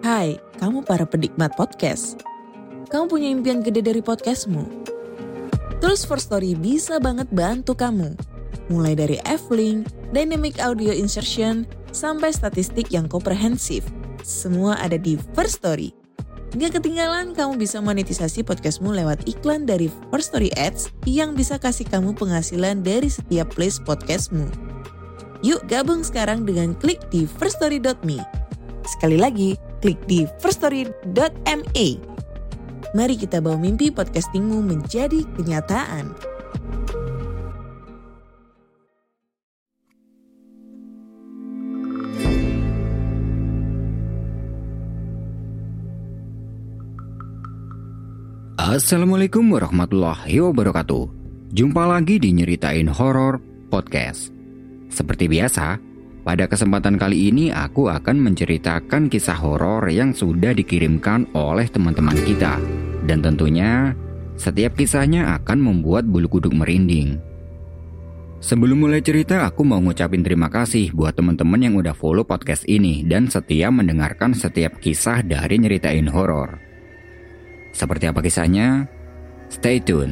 Hai, kamu para penikmat podcast. Kamu punya impian gede dari podcastmu? Tools for Story bisa banget bantu kamu. Mulai dari F-Link, Dynamic Audio Insertion, sampai statistik yang komprehensif. Semua ada di First Story. Gak ketinggalan kamu bisa monetisasi podcastmu lewat iklan dari First Story Ads yang bisa kasih kamu penghasilan dari setiap place podcastmu. Yuk gabung sekarang dengan klik di firststory.me. Sekali lagi, klik di firststory.me. Mari kita bawa mimpi podcastingmu menjadi kenyataan. Assalamualaikum warahmatullahi wabarakatuh. Jumpa lagi di Nyeritain Horor Podcast. Seperti biasa, pada kesempatan kali ini aku akan menceritakan kisah horor yang sudah dikirimkan oleh teman-teman kita. Dan tentunya, setiap kisahnya akan membuat bulu kuduk merinding. Sebelum mulai cerita, aku mau ngucapin terima kasih buat teman-teman yang udah follow podcast ini dan setia mendengarkan setiap kisah dari Nyeritain Horor. Seperti apa kisahnya? Stay tune.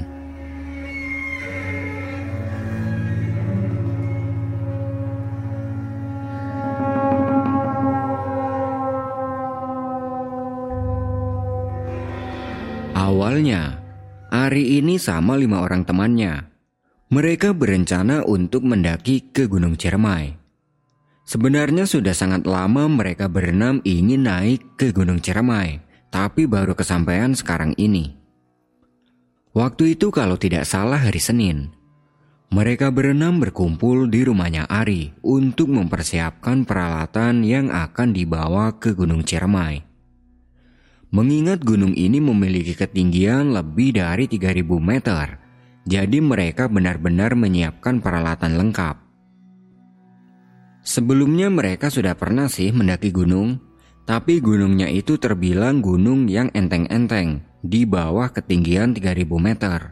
Awalnya, Ari ini sama 5 orang temannya. Mereka berencana untuk mendaki ke Gunung Ciremai. Sebenarnya sudah sangat lama mereka berenam ingin naik ke Gunung Ciremai, tapi baru kesampaian sekarang ini. Waktu itu kalau tidak salah hari Senin. Mereka berenam berkumpul di rumahnya Ari untuk mempersiapkan peralatan yang akan dibawa ke Gunung Ciremai. Mengingat gunung ini memiliki ketinggian lebih dari 3.000 meter, jadi mereka benar-benar menyiapkan peralatan lengkap. Sebelumnya mereka sudah pernah sih mendaki gunung, tapi gunungnya itu terbilang gunung yang enteng-enteng di bawah ketinggian 3.000 meter.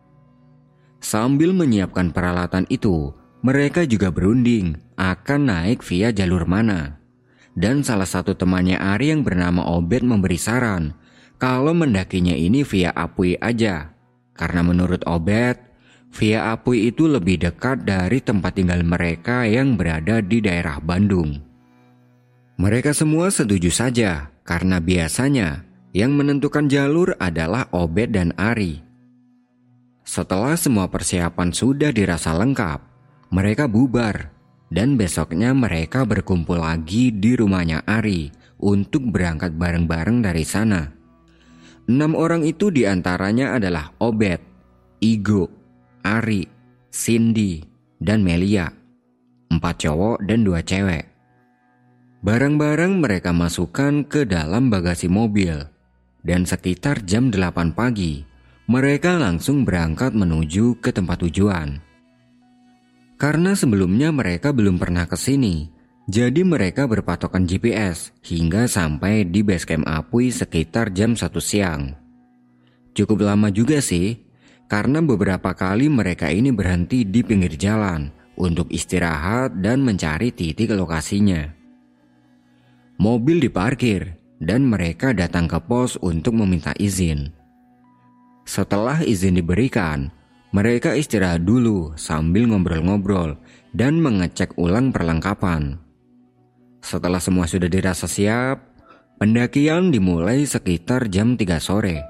Sambil menyiapkan peralatan itu, mereka juga berunding akan naik via jalur mana. Dan salah satu temannya Ari yang bernama Obed memberi saran kalau mendakinya ini via Apui aja. Karena menurut Obed, via Apui itu lebih dekat dari tempat tinggal mereka yang berada di daerah Bandung. Mereka semua setuju saja karena biasanya yang menentukan jalur adalah Obed dan Ari. Setelah semua persiapan sudah dirasa lengkap, mereka bubar. Dan besoknya mereka berkumpul lagi di rumahnya Ari untuk berangkat bareng-bareng dari sana. 6 orang itu diantaranya adalah Obed, Igo, Ari, Cindy, dan Melia. 4 cowok dan 2 cewek. Barang-barang mereka masukkan ke dalam bagasi mobil. Dan sekitar jam 8 pagi, mereka langsung berangkat menuju ke tempat tujuan. Karena sebelumnya mereka belum pernah ke sini, jadi mereka berpatokan GPS hingga sampai di basecamp Apui sekitar jam 1 siang. Cukup lama juga sih, karena beberapa kali mereka ini berhenti di pinggir jalan untuk istirahat dan mencari titik lokasinya. Mobil diparkir dan mereka datang ke pos untuk meminta izin. Setelah izin diberikan, mereka istirahat dulu sambil ngobrol-ngobrol dan mengecek ulang perlengkapan. Setelah semua sudah dirasa siap, pendakian dimulai sekitar jam 3 sore.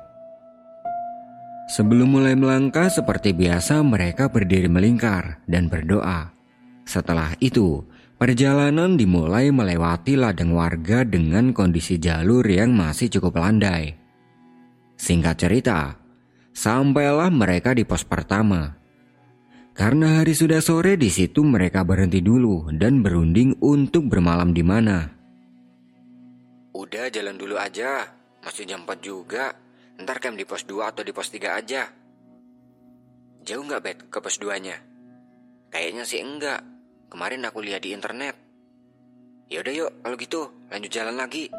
Sebelum mulai melangkah seperti biasa mereka berdiri melingkar dan berdoa. Setelah itu, perjalanan dimulai melewati ladang warga dengan kondisi jalur yang masih cukup landai. Singkat cerita, sampailah mereka di pos pertama. Karena hari sudah sore, di situ mereka berhenti dulu dan berunding untuk bermalam di mana. Udah jalan dulu aja, masih jam 4 juga. Ntar camp di pos 2 atau di pos 3 aja. Jauh gak Bet ke pos 2-nya? Kayaknya sih enggak, kemarin aku lihat di internet. Yaudah yuk, kalau gitu lanjut jalan lagi.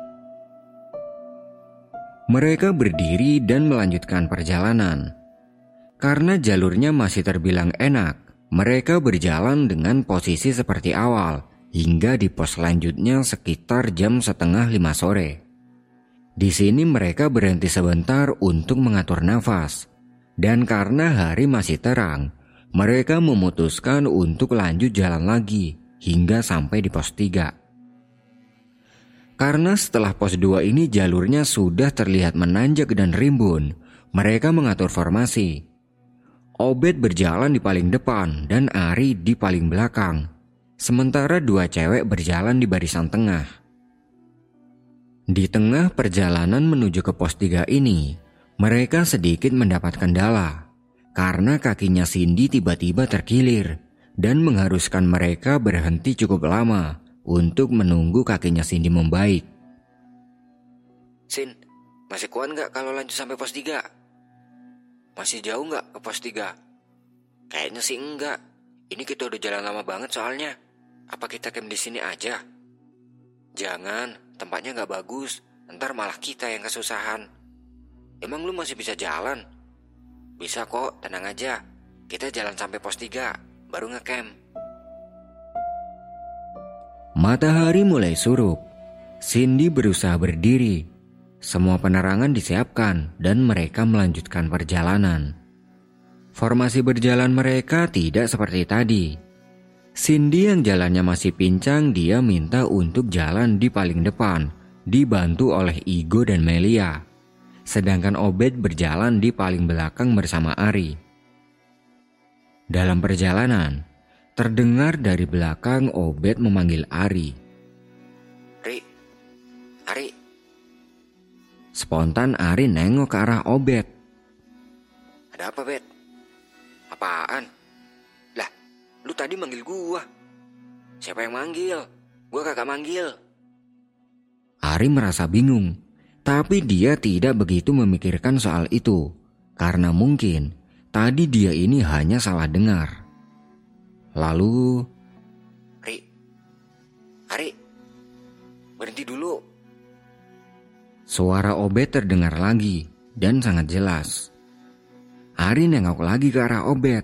Mereka berdiri dan melanjutkan perjalanan. Karena jalurnya masih terbilang enak, mereka berjalan dengan posisi seperti awal hingga di pos selanjutnya sekitar jam 4:30 sore. Di sini mereka berhenti sebentar untuk mengatur nafas. Dan karena hari masih terang, mereka memutuskan untuk lanjut jalan lagi hingga sampai di pos 3. Karena setelah pos 2 ini jalurnya sudah terlihat menanjak dan rimbun, mereka mengatur formasi. Obed berjalan di paling depan dan Ari di paling belakang. Sementara 2 cewek berjalan di barisan tengah. Di tengah perjalanan menuju ke pos 3 ini, mereka sedikit mendapat kendala karena kakinya Cindy tiba-tiba terkilir dan mengharuskan mereka berhenti cukup lama untuk menunggu kakinya Cindy membaik. Sin, masih kuat nggak kalau lanjut sampai pos 3? Masih jauh nggak ke pos 3? Kayaknya sih enggak. Ini kita udah jalan lama banget soalnya. Apa kita camp di sini aja? Jangan, tempatnya nggak bagus. Ntar malah kita yang kesusahan. Emang lu masih bisa jalan? Bisa kok, tenang aja. Kita jalan sampai pos 3, baru ngecamp. Matahari mulai surup. Cindy berusaha berdiri. Semua penerangan disiapkan dan mereka melanjutkan perjalanan. Formasi berjalan mereka tidak seperti tadi. Cindy yang jalannya masih pincang, dia minta untuk jalan di paling depan, dibantu oleh Igo dan Melia. Sedangkan Obed berjalan di paling belakang bersama Ari. Dalam perjalanan, terdengar dari belakang Obed memanggil Ari. Ari. Spontan Ari nengok ke arah Obed. Ada apa, Bet? Apaan? Lah, lu tadi manggil gua. Siapa yang manggil? Gua kagak manggil. Ari merasa bingung, tapi dia tidak begitu memikirkan soal itu, karena mungkin tadi dia ini hanya salah dengar. Lalu, Ari, berhenti dulu. Suara Obed terdengar lagi dan sangat jelas. Ari nengok lagi ke arah Obed.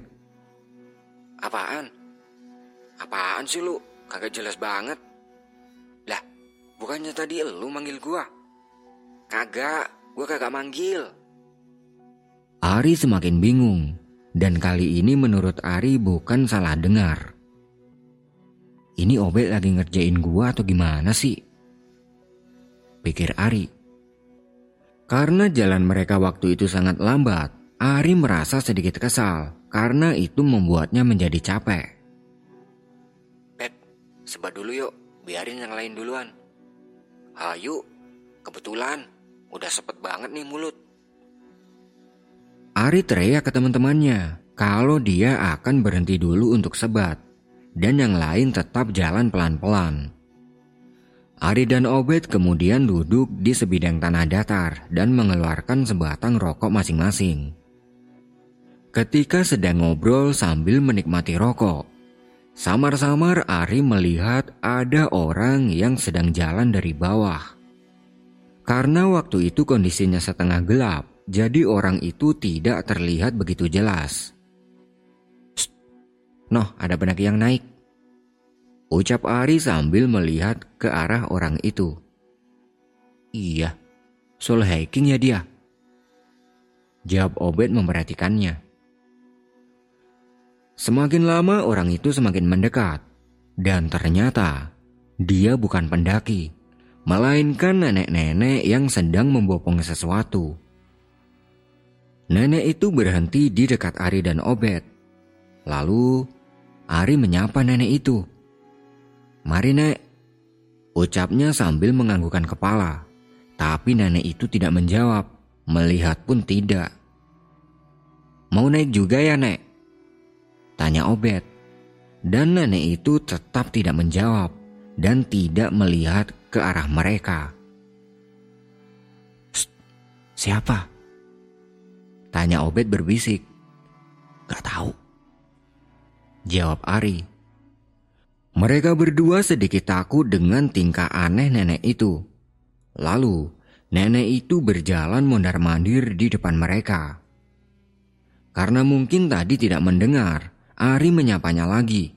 Apaan sih lu? Kagak jelas banget. Lah, bukannya tadi lu manggil gua? Kagak, gua kagak manggil. Ari semakin bingung, dan kali ini menurut Ari bukan salah dengar. Ini Obed lagi ngerjain gua atau gimana sih? Pikir Ari. Karena jalan mereka waktu itu sangat lambat, Ari merasa sedikit kesal karena itu membuatnya menjadi capek. Bet, sebat dulu yuk, biarin yang lain duluan. Hayu, kebetulan udah sepet banget nih mulut. Ari teriak ke teman-temannya kalau dia akan berhenti dulu untuk sebat dan yang lain tetap jalan pelan-pelan. Ari dan Obed kemudian duduk di sebidang tanah datar dan mengeluarkan sebatang rokok masing-masing. Ketika sedang ngobrol sambil menikmati rokok, samar-samar Ari melihat ada orang yang sedang jalan dari bawah. Karena waktu itu kondisinya setengah gelap, jadi orang itu tidak terlihat begitu jelas. "Shh, Noh, ada pendaki yang naik," ucap Ari sambil melihat ke arah orang itu. "Iya, solo hiking ya dia," jawab Obed memperhatikannya. Semakin lama orang itu semakin mendekat, dan ternyata dia bukan pendaki, melainkan nenek-nenek yang sedang membopong sesuatu. Nenek itu berhenti di dekat Ari dan Obed. Lalu Ari menyapa nenek itu. "Mari, Nek," ucapnya sambil menganggukkan kepala. Tapi nenek itu tidak menjawab, melihat pun tidak. "Mau naik juga ya, Nek?" tanya Obed. Dan nenek itu tetap tidak menjawab dan tidak melihat ke arah mereka. "Shh, siapa?" tanya Obed berbisik. "Gak tahu," jawab Ari. Mereka berdua sedikit takut dengan tingkah aneh nenek itu. Lalu nenek itu berjalan mondar-mandir di depan mereka. Karena mungkin tadi tidak mendengar, Ari menyapanya lagi.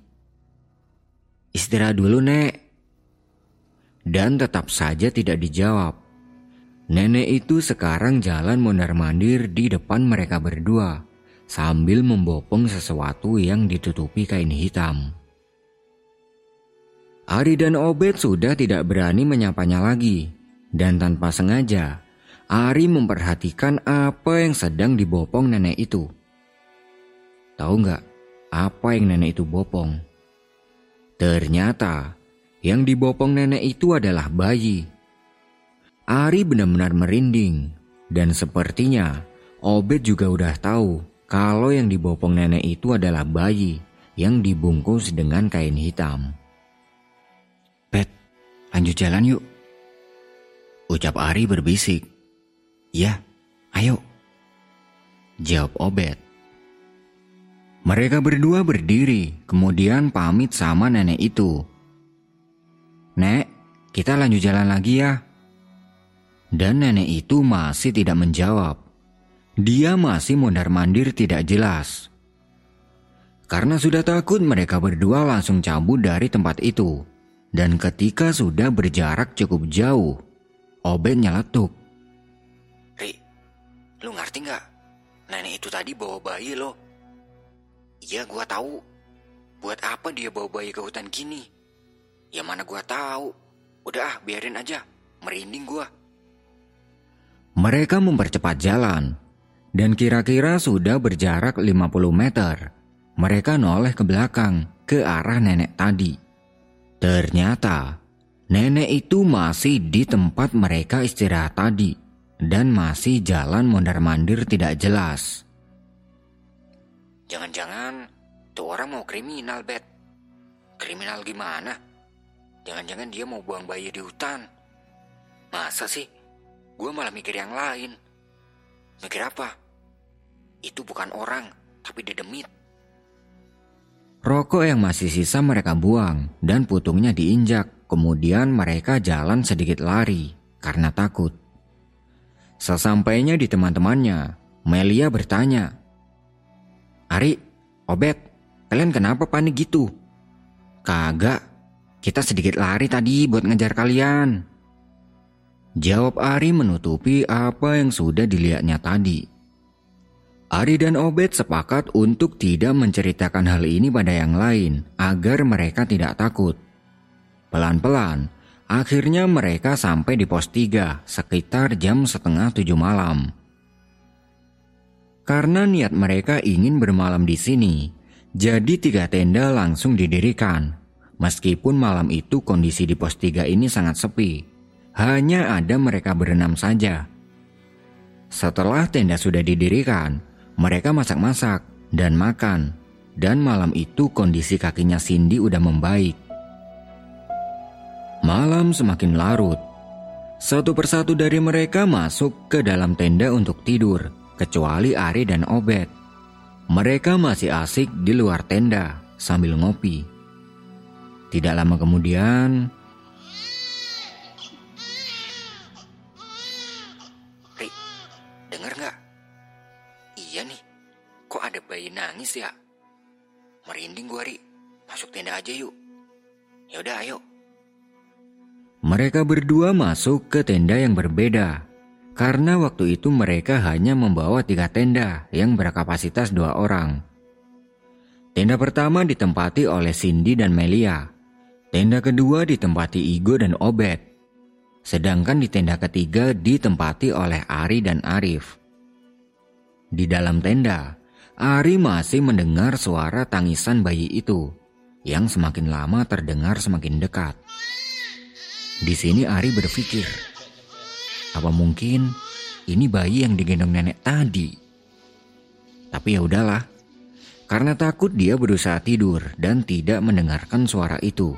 "Istirahat dulu, Nek." Dan tetap saja tidak dijawab. Nenek itu sekarang jalan mondar-mandir di depan mereka berdua sambil membopong sesuatu yang ditutupi kain hitam. Ari dan Obed sudah tidak berani menyapanya lagi, dan tanpa sengaja Ari memperhatikan apa yang sedang dibopong nenek itu. Tahu nggak apa yang nenek itu bopong? Ternyata yang dibopong nenek itu adalah bayi. Ari benar-benar merinding, dan sepertinya Obed juga udah tahu kalau yang dibopong nenek itu adalah bayi yang dibungkus dengan kain hitam. "Bet, lanjut jalan yuk," ucap Ari berbisik. "Ya, ayo," jawab Obed. Mereka berdua berdiri, kemudian pamit sama nenek itu. "Nek, kita lanjut jalan lagi ya." Dan nenek itu masih tidak menjawab. Dia masih mondar-mandir tidak jelas. Karena sudah takut, mereka berdua langsung cabut dari tempat itu. Dan ketika sudah berjarak cukup jauh, Obed nyeletuk. "Ri, lu ngerti gak? Nenek itu tadi bawa bayi lo." "Iya, gua tahu. Buat apa dia bawa bayi ke hutan gini? Ya mana gua tahu. Udah biarin aja. Merinding gua." Mereka mempercepat jalan, dan kira-kira sudah berjarak 50 meter. Mereka noleh ke belakang, ke arah nenek tadi. Ternyata, nenek itu masih di tempat mereka istirahat tadi, dan masih jalan mondar-mandir tidak jelas. "Jangan-jangan tuh orang mau kriminal, Bet." "Kriminal gimana? Jangan-jangan dia mau buang bayi di hutan." "Masa sih? Gue malah mikir yang lain." "Mikir apa? Itu bukan orang, tapi dedemit." Rokok yang masih sisa mereka buang, dan putungnya diinjak. Kemudian mereka jalan sedikit lari, karena takut. Sesampainya di teman-temannya, Melia bertanya, "Ari, Obed, kalian kenapa panik gitu?" "Kagak, kita sedikit lari tadi buat ngejar kalian," jawab Ari menutupi apa yang sudah dilihatnya tadi. Ari dan Obed sepakat untuk tidak menceritakan hal ini pada yang lain agar mereka tidak takut. Pelan-pelan, akhirnya mereka sampai di pos 3 sekitar jam 6:30 malam. Karena niat mereka ingin bermalam di sini, jadi 3 tenda langsung didirikan. Meskipun malam itu kondisi di pos 3 ini sangat sepi. Hanya ada mereka berenam saja. Setelah tenda sudah didirikan, mereka masak-masak dan makan. Dan malam itu kondisi kakinya Cindy udah membaik. Malam semakin larut. Satu persatu dari mereka masuk ke dalam tenda untuk tidur, kecuali Ari dan Obed. Mereka masih asik di luar tenda sambil ngopi. Tidak lama kemudian, "Dengar gak? Iya nih, kok ada bayi nangis ya? Merinding gua, Ri. Masuk tenda aja yuk." "Yaudah, ayo." mereka berdua masuk ke tenda yang berbeda. Karena waktu itu mereka hanya membawa 3 tenda yang berkapasitas 2 orang. Tenda pertama ditempati oleh Cindy dan Melia. Tenda kedua ditempati Igo dan Obed. Sedangkan di tenda ketiga ditempati oleh Ari dan Arif. Di dalam tenda, Ari masih mendengar suara tangisan bayi itu yang semakin lama terdengar semakin dekat. Di sini Ari berpikir, apa mungkin ini bayi yang digendong nenek tadi? Tapi ya udahlah, karena takut dia berusaha tidur dan tidak mendengarkan suara itu.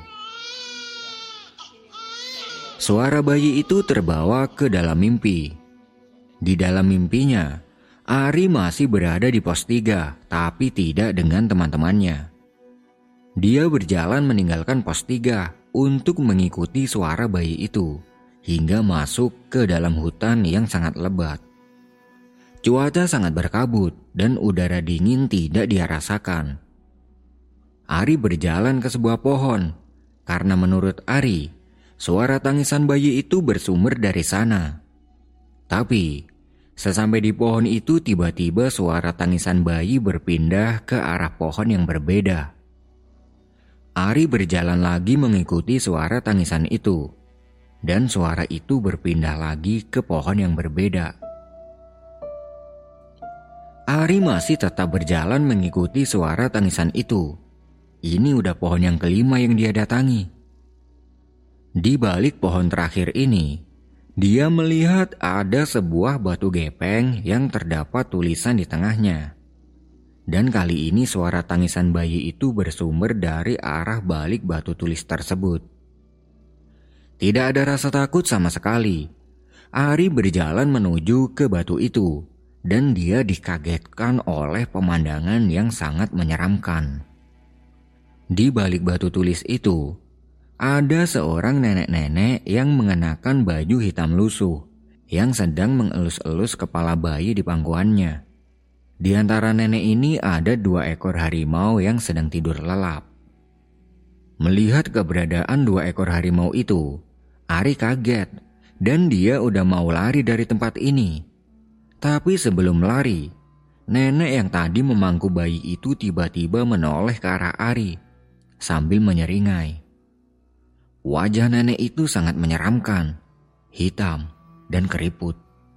Suara bayi itu terbawa ke dalam mimpi. Di dalam mimpinya, Ari masih berada di pos 3, tapi tidak dengan teman-temannya. Dia berjalan meninggalkan pos 3 untuk mengikuti suara bayi itu, hingga masuk ke dalam hutan yang sangat lebat. Cuaca sangat berkabut dan udara dingin tidak dia rasakan. Ari berjalan ke sebuah pohon, karena menurut Ari, suara tangisan bayi itu bersumber dari sana. Tapi sesampai di pohon itu tiba-tiba suara tangisan bayi berpindah ke arah pohon yang berbeda. Ari berjalan lagi mengikuti suara tangisan itu, dan suara itu berpindah lagi ke pohon yang berbeda. Ari masih tetap berjalan mengikuti suara tangisan itu. Ini udah pohon yang kelima yang dia datangi. Di balik pohon terakhir ini, dia melihat ada sebuah batu gepeng yang terdapat tulisan di tengahnya. Dan kali ini suara tangisan bayi itu bersumber dari arah balik batu tulis tersebut. Tidak ada rasa takut sama sekali. Ari berjalan menuju ke batu itu, dan dia dikagetkan oleh pemandangan yang sangat menyeramkan. Di balik batu tulis itu, ada seorang nenek-nenek yang mengenakan baju hitam lusuh yang sedang mengelus-elus kepala bayi di pangkuannya. Di antara nenek ini ada 2 ekor harimau yang sedang tidur lelap. Melihat keberadaan 2 ekor harimau itu, Ari kaget dan dia udah mau lari dari tempat ini. Tapi sebelum lari, nenek yang tadi memangku bayi itu tiba-tiba menoleh ke arah Ari sambil menyeringai. Wajah nenek itu sangat menyeramkan, hitam dan keriput.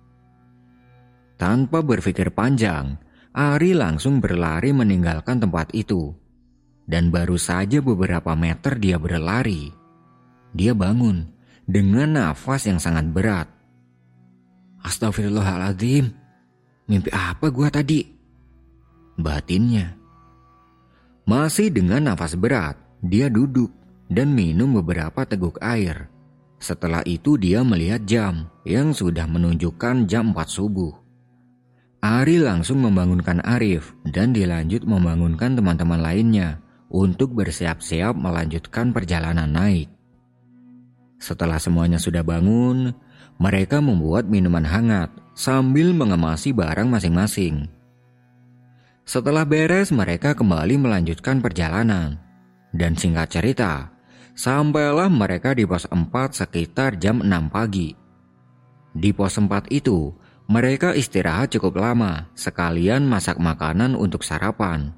Tanpa berpikir panjang, Ari langsung berlari meninggalkan tempat itu. Dan baru saja beberapa meter dia berlari, dia bangun dengan nafas yang sangat berat. Astagfirullahaladzim, mimpi apa gua tadi? Batinnya. Masih dengan nafas berat, dia duduk dan minum beberapa teguk air. Setelah itu dia melihat jam yang sudah menunjukkan jam 4 subuh. Ari langsung membangunkan Arif dan dilanjut membangunkan teman-teman lainnya untuk bersiap-siap melanjutkan perjalanan naik. Setelah semuanya sudah bangun, mereka membuat minuman hangat sambil mengemasi barang masing-masing. Setelah beres, mereka kembali melanjutkan perjalanan. Dan singkat cerita, sampailah mereka di pos 4 sekitar jam 6 pagi. Di pos 4 itu, mereka istirahat cukup lama, sekalian masak makanan untuk sarapan.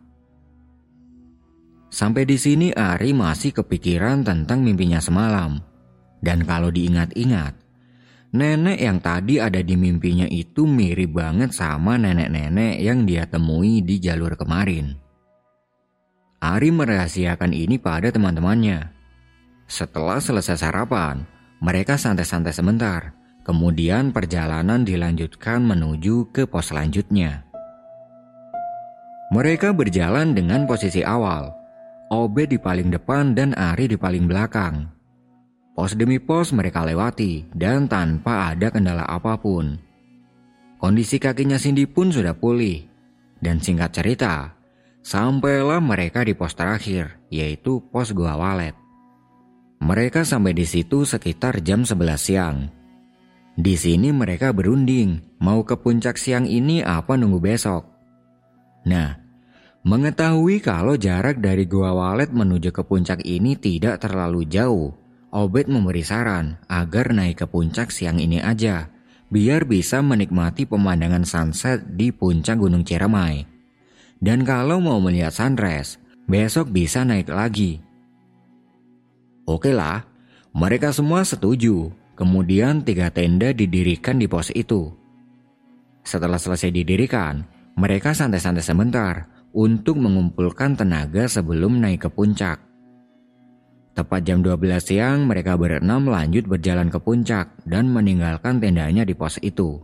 Sampai di sini Ari masih kepikiran tentang mimpinya semalam. Dan kalau diingat-ingat, nenek yang tadi ada di mimpinya itu mirip banget sama nenek-nenek yang dia temui di jalur kemarin. Ari merahasiakan ini pada teman-temannya. Setelah selesai sarapan, mereka santai-santai sebentar. Kemudian perjalanan dilanjutkan menuju ke pos selanjutnya. Mereka berjalan dengan posisi awal. Obed di paling depan dan Ari di paling belakang. Pos demi pos mereka lewati dan tanpa ada kendala apapun. Kondisi kakinya Cindy pun sudah pulih. Dan singkat cerita, sampailah mereka di pos terakhir, yaitu pos Gua Walet. Mereka sampai di situ sekitar jam 11 siang. Di sini mereka berunding, mau ke puncak siang ini apa nunggu besok. Nah, mengetahui kalau jarak dari Gua Walet menuju ke puncak ini tidak terlalu jauh, Obed memberi saran agar naik ke puncak siang ini aja, biar bisa menikmati pemandangan sunset di puncak Gunung Ciremai. Dan kalau mau melihat sunrise, besok bisa naik lagi. Oke lah, mereka semua setuju. Kemudian 3 tenda didirikan di pos itu. Setelah selesai didirikan, mereka santai-santai sebentar untuk mengumpulkan tenaga sebelum naik ke puncak. Tepat jam 12 siang mereka berenam lanjut berjalan ke puncak dan meninggalkan tendanya di pos itu.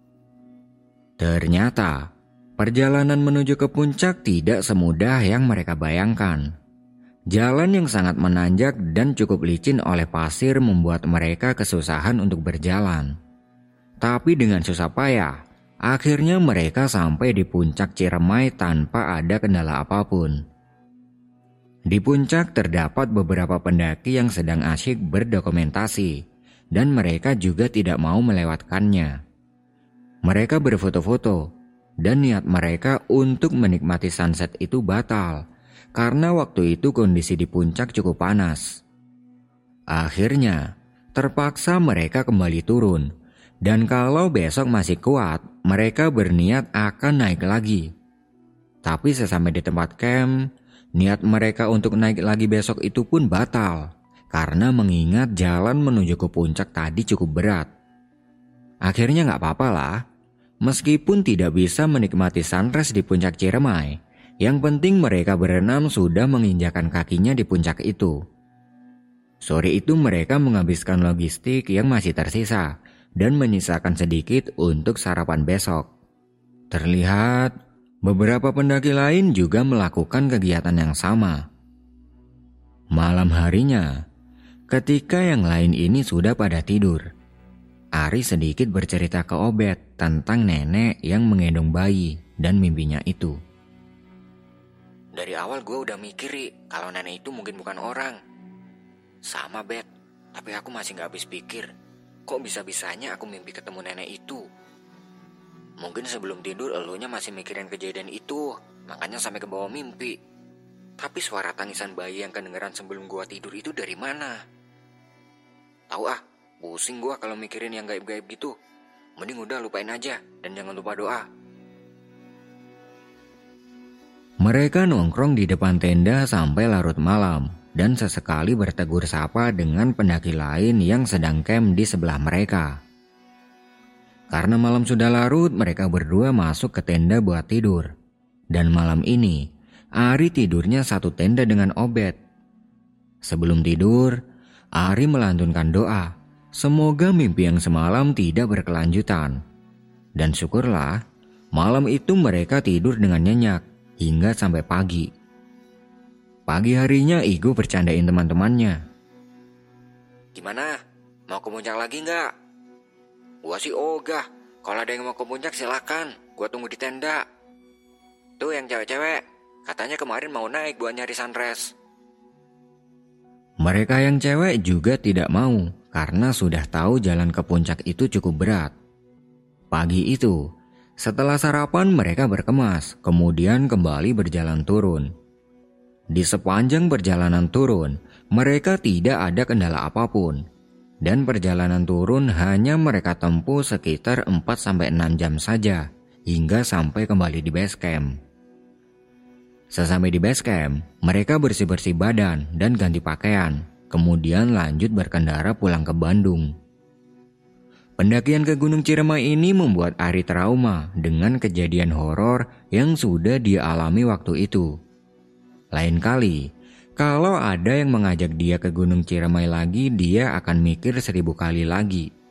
Ternyata perjalanan menuju ke puncak tidak semudah yang mereka bayangkan. Jalan yang sangat menanjak dan cukup licin oleh pasir membuat mereka kesusahan untuk berjalan. Tapi dengan susah payah, akhirnya mereka sampai di puncak Ciremai tanpa ada kendala apapun. Di puncak terdapat beberapa pendaki yang sedang asyik berdokumentasi dan mereka juga tidak mau melewatkannya. Mereka berfoto-foto dan niat mereka untuk menikmati sunset itu batal karena waktu itu kondisi di puncak cukup panas. Akhirnya terpaksa mereka kembali turun Dan kalau besok masih kuat, mereka berniat akan naik lagi. Tapi sesampai di tempat camp, niat mereka untuk naik lagi besok itu pun batal. Karena mengingat jalan menuju ke puncak tadi cukup berat. Akhirnya gak apa-apa lah. Meskipun tidak bisa menikmati sunrise di puncak Ciremai, yang penting mereka berenam sudah menginjakan kakinya di puncak itu. Sore itu mereka menghabiskan logistik yang masih tersisa dan menyisakan sedikit untuk sarapan besok. Terlihat beberapa pendaki lain juga melakukan kegiatan yang sama. Malam harinya, ketika yang lain ini sudah pada tidur, Ari sedikit bercerita ke Obed tentang nenek yang menggendong bayi dan mimpinya itu. Dari awal gue udah mikir kalau nenek itu mungkin bukan orang. Sama Bet, tapi aku masih gak habis pikir. Kok bisa-bisanya aku mimpi ketemu nenek itu? Mungkin sebelum tidur elunya masih mikirin kejadian itu, makanya sampai ke bawah mimpi. Tapi suara tangisan bayi yang kedengeran sebelum gua tidur itu dari mana? Tahu pusing gua kalau mikirin yang gaib-gaib gitu. Mending udah lupain aja dan jangan lupa doa. Mereka nongkrong di depan tenda sampai larut malam dan sesekali bertegur sapa dengan pendaki lain yang sedang camp di sebelah mereka. Karena malam sudah larut, mereka berdua masuk ke tenda buat tidur. Dan malam ini, Ari tidurnya satu tenda dengan Obed. Sebelum tidur, Ari melantunkan doa, semoga mimpi yang semalam tidak berkelanjutan. Dan syukurlah, malam itu mereka tidur dengan nyenyak hingga sampai pagi. Pagi harinya Igo bercandain teman-temannya. Gimana? Mau ke puncak lagi nggak? Gua sih ogah. Kalau ada yang mau ke puncak silakan. Gua tunggu di tenda. Tuh yang cewek-cewek, katanya kemarin mau naik buat nyari sunrise. Mereka yang cewek juga tidak mau karena sudah tahu jalan ke puncak itu cukup berat. Pagi itu, setelah sarapan mereka berkemas, kemudian kembali berjalan turun. Di sepanjang perjalanan turun, mereka tidak ada kendala apapun. Dan perjalanan turun hanya mereka tempuh sekitar 4-6 jam saja, hingga sampai kembali di base camp. Sesampai di base camp, mereka bersih-bersih badan dan ganti pakaian, kemudian lanjut berkendara pulang ke Bandung. Pendakian ke Gunung Ciremai ini membuat Ari trauma dengan kejadian horor yang sudah dia alami waktu itu. Lain kali, kalau ada yang mengajak dia ke Gunung Ciremai lagi, dia akan mikir 1000 kali lagi.